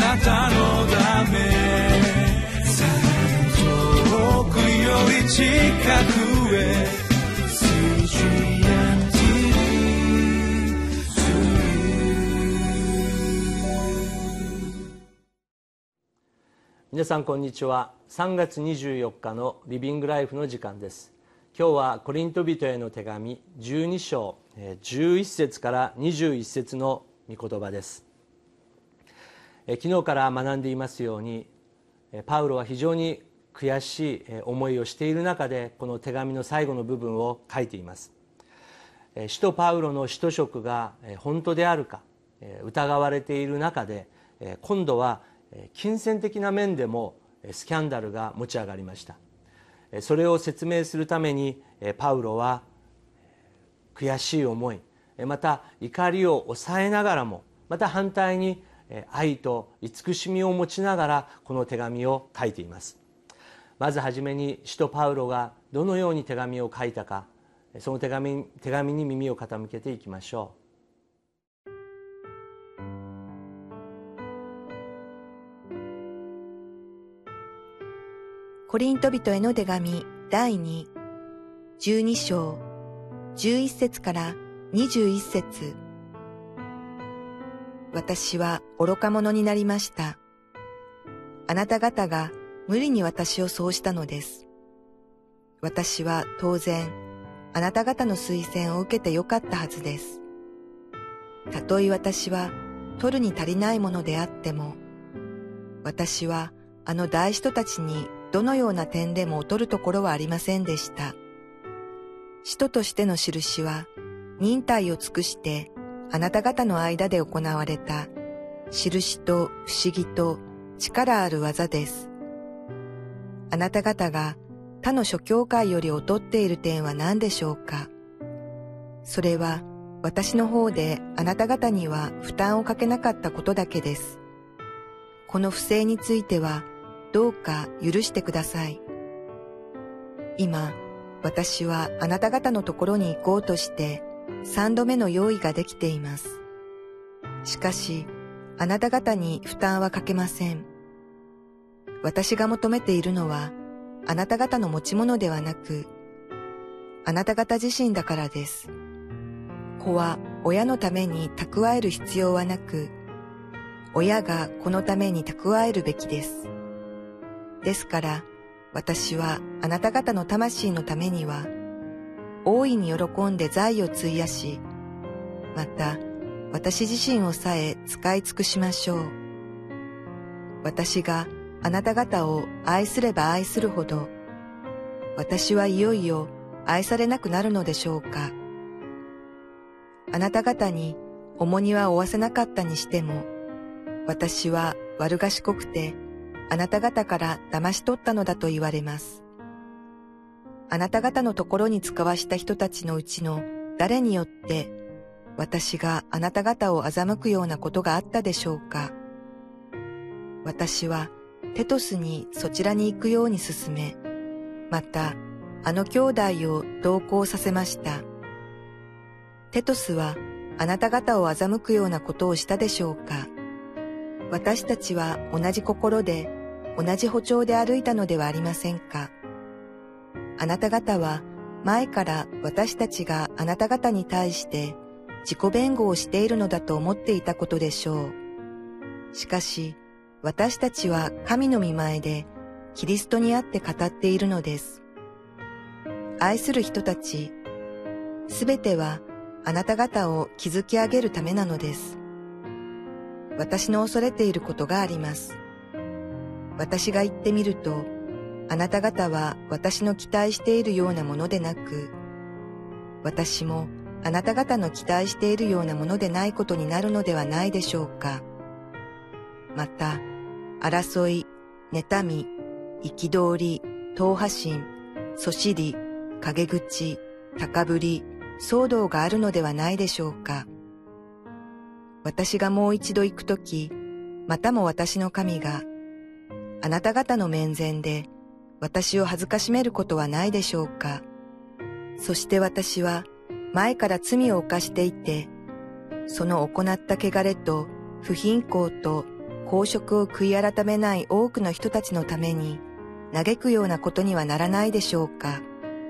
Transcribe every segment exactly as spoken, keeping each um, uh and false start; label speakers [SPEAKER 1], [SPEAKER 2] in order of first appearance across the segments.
[SPEAKER 1] なたのため遠くより近くへ
[SPEAKER 2] 皆さんこんにちは。さんがつにじゅうよっかのリビングライフの時間です。今日はコリント人への手紙じゅうにしょうじゅういっせつからにじゅういっせつの御言葉です。昨日から学んでいますように、パウロは非常に悔しい思いをしている中でこの手紙の最後の部分を書いています。使徒パウロの使徒職が本当であるか疑われている中で、今度は金銭的な面でもスキャンダルが持ち上がりました。それを説明するためにパウロは悔しい思い、また怒りを抑えながらも、また反対に愛と慈しみを持ちながらこの手紙を書いています。まずはじめに使徒パウロがどのように手紙を書いたか、その手紙、手紙に耳を傾けていきましょう。
[SPEAKER 3] コリント人への手紙だいに、じゅうにしょうじゅういっせつからにじゅういっせつ。私は愚か者になりました。あなた方が無理に私をそうしたのです。私は当然あなた方の推薦を受けてよかったはずです。たとえ私は取るに足りないものであっても、私はあの大使徒たちにどのような点でも劣るところはありませんでした。使徒としての印は忍耐を尽くしてあなた方の間で行われた印と不思議と力ある技です。あなた方が他の諸教会より劣っている点は何でしょうか。それは私の方であなた方には負担をかけなかったことだけです。この不正についてはどうか許してください。今、私はあなた方のところに行こうとして三度目の用意ができています。しかし、あなた方に負担はかけません。私が求めているのはあなた方の持ち物ではなく、あなた方自身だからです。子は親のために蓄える必要はなく、親が子のために蓄えるべきです。ですから、私はあなた方の魂のためには、大いに喜んで財を費やし、また私自身をさえ使い尽くしましょう。私があなた方を愛すれば愛するほど、私はいよいよ愛されなくなるのでしょうか。あなた方に重荷は負わせなかったにしても、私は悪賢くて、あなた方から騙し取ったのだと言われます。あなた方のところに使わした人たちのうちの誰によって、私があなた方を欺くようなことがあったでしょうか。私はテトスにそちらに行くように勧め、またあの兄弟を同行させました。テトスはあなた方を欺くようなことをしたでしょうか。私たちは同じ心で同じ歩調で歩いたのではありませんか。あなた方は前から私たちがあなた方に対して自己弁護をしているのだと思っていたことでしょう。しかし私たちは神の御前でキリストにあって語っているのです。愛する人たち、すべてはあなた方を築き上げるためなのです。私の恐れていることがあります。私が言ってみると、あなた方は私の期待しているようなものでなく、私もあなた方の期待しているようなものでないことになるのではないでしょうか。また、争い、妬み、憤り、党派心、そしり、陰口、高ぶり、騒動があるのではないでしょうか。私がもう一度行くとき、またも私の神が、あなた方の面前で私を恥ずかしめることはないでしょうか。そして私は前から罪を犯していて、その行った汚れと不貧困と公職を悔い改めない多くの人たちのために嘆くようなことにはならないでしょうか。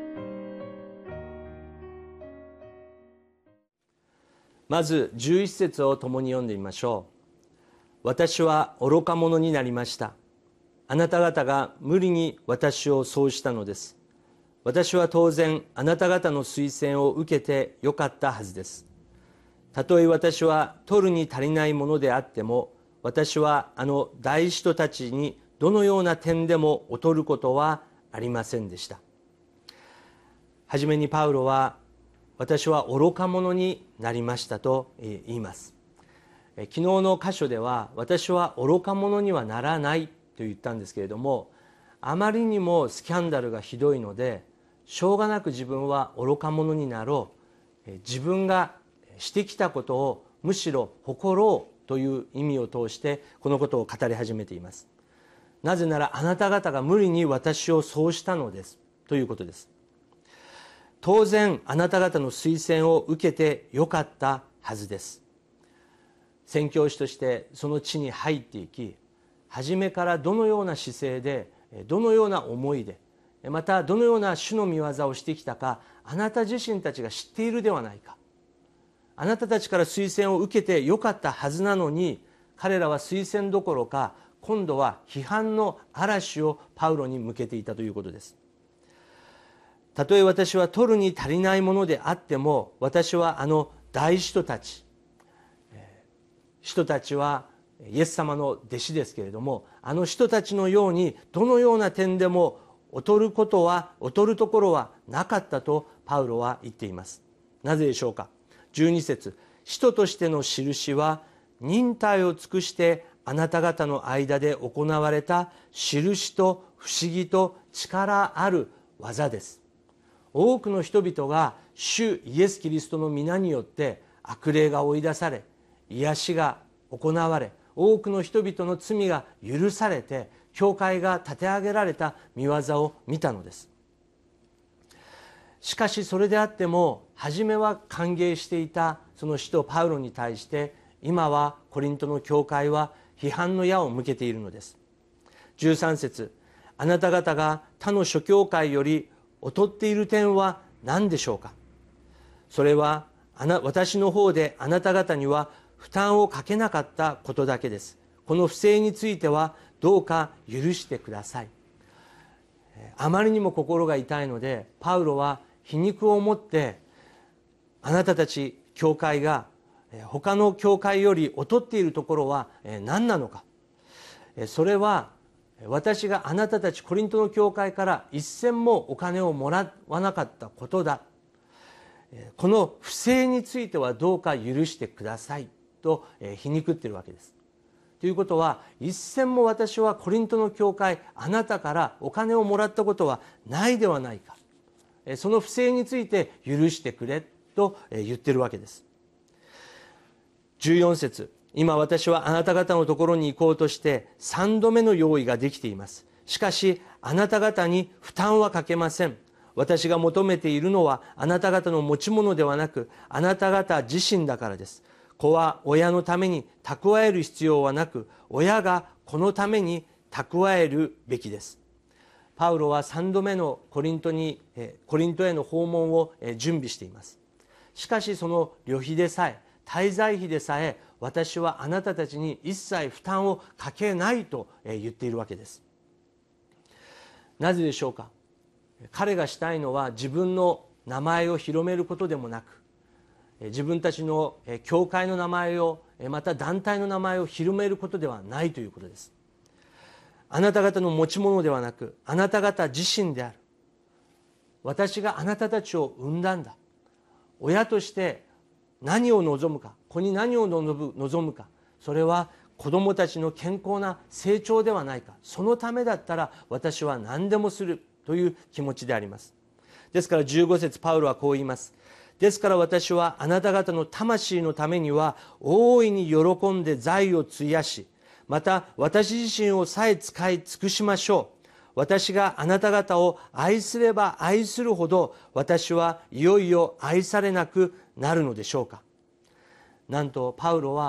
[SPEAKER 2] まずじゅういち節を共に読んでみましょう。私は愚か者になりました。あなた方が無理に私をそうしたのです。私は当然あなた方の推薦を受けてよかったはずです。たとえ私は取るに足りないものであっても、私はあの大使徒たちにどのような点でも劣ることはありませんでした。はじめにパウロは、私は愚か者になりましたと言います。昨日の箇所では、私は愚か者にはならないと言ったんですけれども、あまりにもスキャンダルがひどいので、しょうがなく自分は愚か者になろう、自分がしてきたことをむしろ誇ろうという意味を通してこのことを語り始めています。なぜならあなた方が無理に私をそうしたのですということです。当然あなた方の推薦を受けてよかったはずです。宣教師としてその地に入っていき、初めからどのような姿勢で、どのような思いで、またどのような主の御業をしてきたか、あなた自身たちが知っているではないか。あなたたちから推薦を受けてよかったはずなのに、彼らは推薦どころか今度は批判の嵐をパウロに向けていたということです。たとえ私は取るに足りないものであっても、私はあの大使徒たち、使徒たちはイエス様の弟子ですけれども、あの使徒たちのようにどのような点でも劣ることは劣るところはなかったとパウロは言っています。なぜでしょうか。じゅうに節、使徒としての印は忍耐を尽くしてあなた方の間で行われた印と不思議と力ある技です。多くの人々が主イエス・キリストの皆によって悪霊が追い出され、癒しが行われ、多くの人々の罪が許されて、教会が立て上げられた御業を見たのです。しかしそれであっても、初めは歓迎していたその使徒パウロに対して、今はコリントの教会は批判の矢を向けているのです。じゅうさん節、あなた方が他の諸教会より劣っている点は何でしょうか。それはあな私の方であなた方には負担をかけなかったことだけです。この不正についてはどうか許してください。あまりにも心が痛いので、パウロは皮肉を持って、あなたたち教会が他の教会より劣っているところは何なのか。それは私があなたたちコリントの教会から一銭もお金をもらわなかったことだ。この不正についてはどうか許してくださいと皮肉っているわけです。ということは、一銭も私はコリントの教会、あなたからお金をもらったことはないではないか。その不正について許してくれと言っているわけです。じゅうよん節、今私はあなた方のところに行こうとしてさんどめの用意ができています。しかしあなた方に負担はかけません。私が求めているのはあなた方の持ち物ではなく、あなた方自身だからです。子は親のために蓄える必要はなく、親が子のために蓄えるべきです。パウロはさんどめのコリントにコリントへの訪問を準備しています。しかしその旅費でさえ、滞在費でさえ、私はあなたたちに一切負担をかけないと言っているわけです。なぜでしょうか。彼がしたいのは自分の名前を広めることでもなく、自分たちの教会の名前を、また団体の名前を広めることではないということです。あなた方の持ち物ではなく、あなた方自身である。私があなたたちを産んだんだ。親として何を望むか、子に何を望むか、それは子どもたちの健康な成長ではないか。そのためだったら私は何でもするという気持ちであります。ですからじゅうご節、パウロはこう言います。ですから私はあなた方の魂のためには大いに喜んで財を費やし、また私自身をさえ使い尽くしましょう。私があなた方を愛すれば愛するほど、私はいよいよ愛されなくなるのでしょうか。なんとパウロは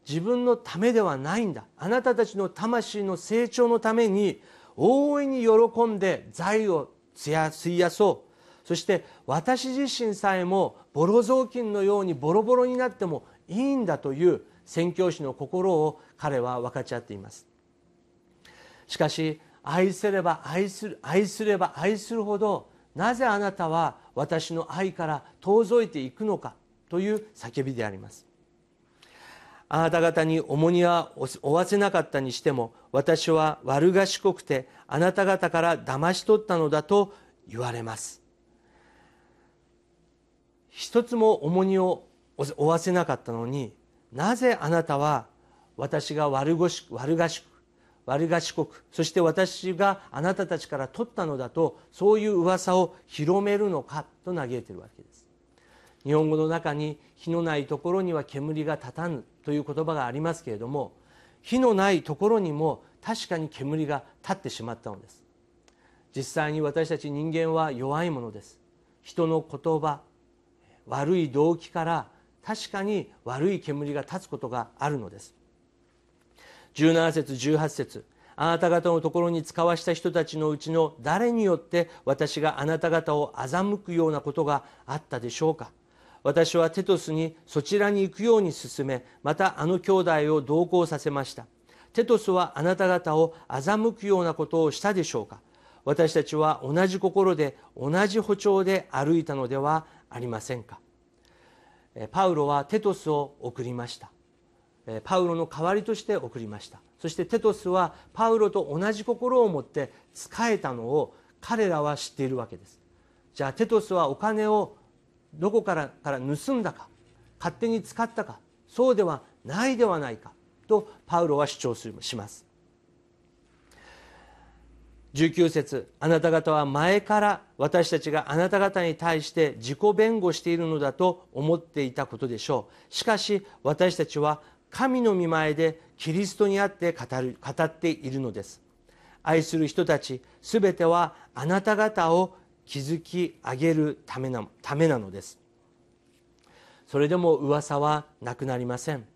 [SPEAKER 2] 自分のためではないんだ、あなたたちの魂の成長のために大いに喜んで財を費やそう、そして私自身さえもボロ雑巾のようにボロボロになってもいいんだという宣教師の心を彼は分かち合っています。しかし愛せれば愛する愛すれば愛するほど、なぜあなたは私の愛から遠ざいていくのかという叫びであります。あなた方に重荷は負わせなかったにしても、私は悪賢くてあなた方から騙し取ったのだと言われます。一つも重荷を負わせなかったのに、なぜあなたは私が悪賢く悪賢く悪賢く、そして私があなたたちから取ったのだと、そういう噂を広めるのかと嘆いているわけです。日本語の中に火のないところには煙が立たぬという言葉がありますけれども、火のないところにも確かに煙が立ってしまったのです。実際に私たち人間は弱いものです。人の言葉、悪い動機から確かに悪い煙が立つことがあるのです。じゅうなな節じゅうはち節、あなた方のところに使わした人たちのうちの誰によって私があなた方を欺くようなことがあったでしょうか。私はテトスにそちらに行くように勧め、またあの兄弟を同行させました。テトスはあなた方を欺くようなことをしたでしょうか。私たちは同じ心で同じ歩調で歩いたのではありませんか。パウロはテトスを送りました。パウロの代わりとして送りました。そしてテトスはパウロと同じ心を持って仕えたのを彼らは知っているわけです。じゃあテトスはお金をどこからから盗んだか、勝手に使ったか、そうではないではないかとパウロは主張します。じゅうきゅう節、あなた方は前から私たちがあなた方に対して自己弁護しているのだと思っていたことでしょう。しかし私たちは神の御前でキリストにあって語る、語っているのです。愛する人たちすべてはあなた方を築き上げるためな、ためなのです。それでも噂はなくなりません。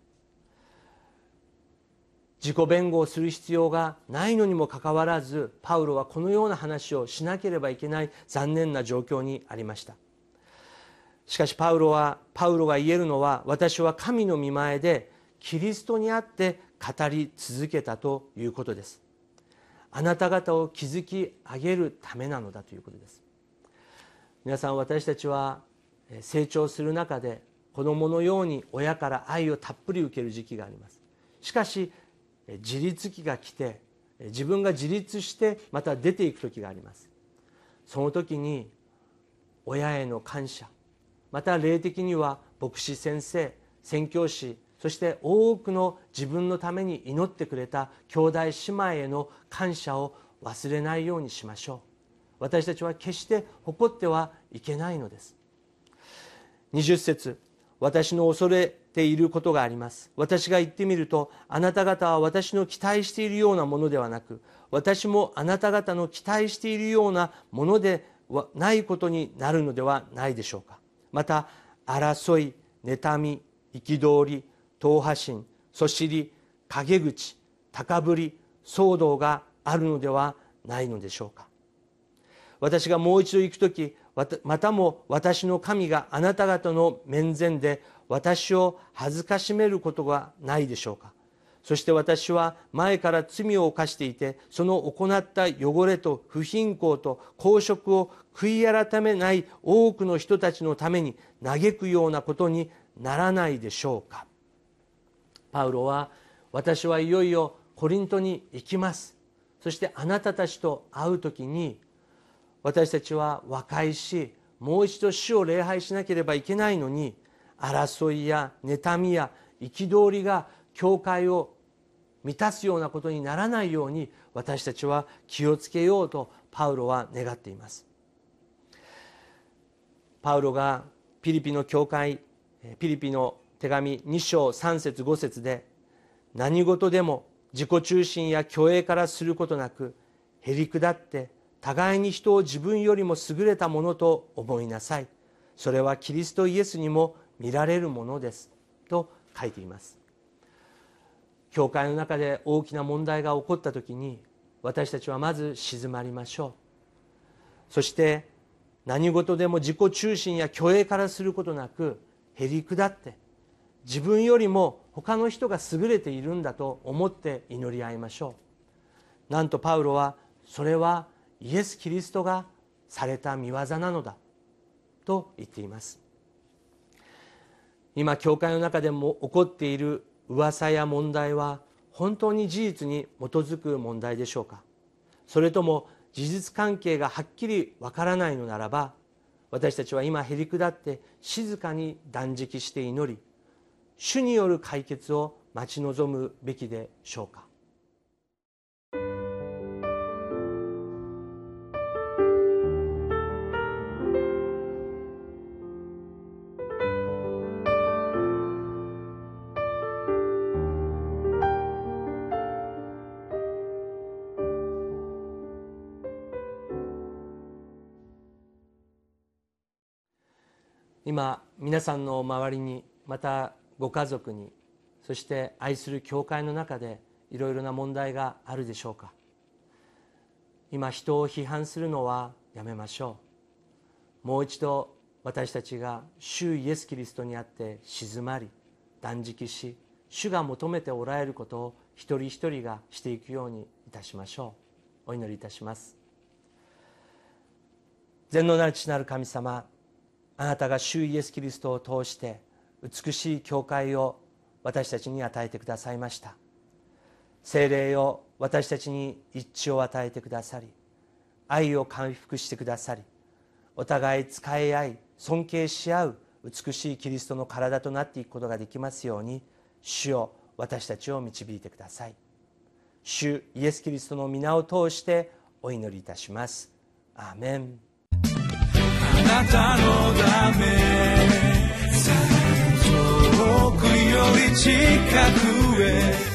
[SPEAKER 2] 自己弁護をする必要がないのにもかかわらず、パウロはこのような話をしなければいけない残念な状況にありました。しかしパウロはパウロが言えるのは、私は神の御前でキリストにあって語り続けたということです。あなた方を築き上げるためなのだということです。皆さん、私たちは成長する中で子供のように親から愛をたっぷり受ける時期があります。しかし自立期が来て、自分が自立してまた出ていく時があります。その時に親への感謝、また霊的には牧師先生、宣教師、そして多くの自分のために祈ってくれた兄弟姉妹への感謝を忘れないようにしましょう。私たちは決して誇ってはいけないのです。にじゅう節、私の恐れていることがあります。私が言ってみると、あなた方は私の期待しているようなものではなく、私もあなた方の期待しているようなものではないことになるのではないでしょうか。また争い、妬み、憤り、党派心、そしり、陰口、高ぶり、騒動があるのではないのでしょうか。私がもう一度行くとき、またも私の神があなた方の面前で私を恥ずかしめることがないでしょうか。そして私は前から罪を犯していて、その行った汚れと不貧困と公職を悔い改めない多くの人たちのために嘆くようなことにならないでしょうか。パウロは、私はいよいよコリントに行きます。そしてあなたたちと会うときに、私たちは和解し、もう一度主を礼拝しなければいけないのに、争いや妬みや憤りが教会を満たすようなことにならないように、私たちは気をつけようとパウロは願っています。パウロがピリピの教会、ピリピの手紙に章さん節ご節で、何事でも自己中心や虚栄からすることなく、へりくだって互いに人を自分よりも優れたものと思いなさい。それはキリストイエスにも見られるものですと書いています。 教会の中で大きな問題が起こったときに、私たちはまず静まりましょう。そして何事でも自己中心や虚栄からすることなく、へりくだって自分よりも他の人が優れているんだと思って祈り合いましょう。なんとパウロは、それはイエス・キリストがされた御業なのだと言っています。今教会の中でも起こっている噂や問題は本当に事実に基づく問題でしょうか。それとも事実関係がはっきりわからないのならば、私たちは今へりくだって静かに断食して祈り、主による解決を待ち望むべきでしょうか。今皆さんの周りに、またご家族に、そして愛する教会の中でいろいろな問題があるでしょうか。今人を批判するのはやめましょう。もう一度私たちが主イエス・キリストにあって静まり断食し、主が求めておられることを一人一人がしていくようにいたしましょう。お祈りいたします。全能なる父なる神様、あなたが主イエス・キリストを通して美しい教会を私たちに与えてくださいました。聖霊よ、私たちに一致を与えてくださり、愛を回復してくださり、お互い仕え合い尊敬し合う美しいキリストの体となっていくことができますように、主よ、私たちを導いてください。主イエス・キリストの皆を通してお祈りいたします。アーメン。
[SPEAKER 1] あなたのため遠くより近くへ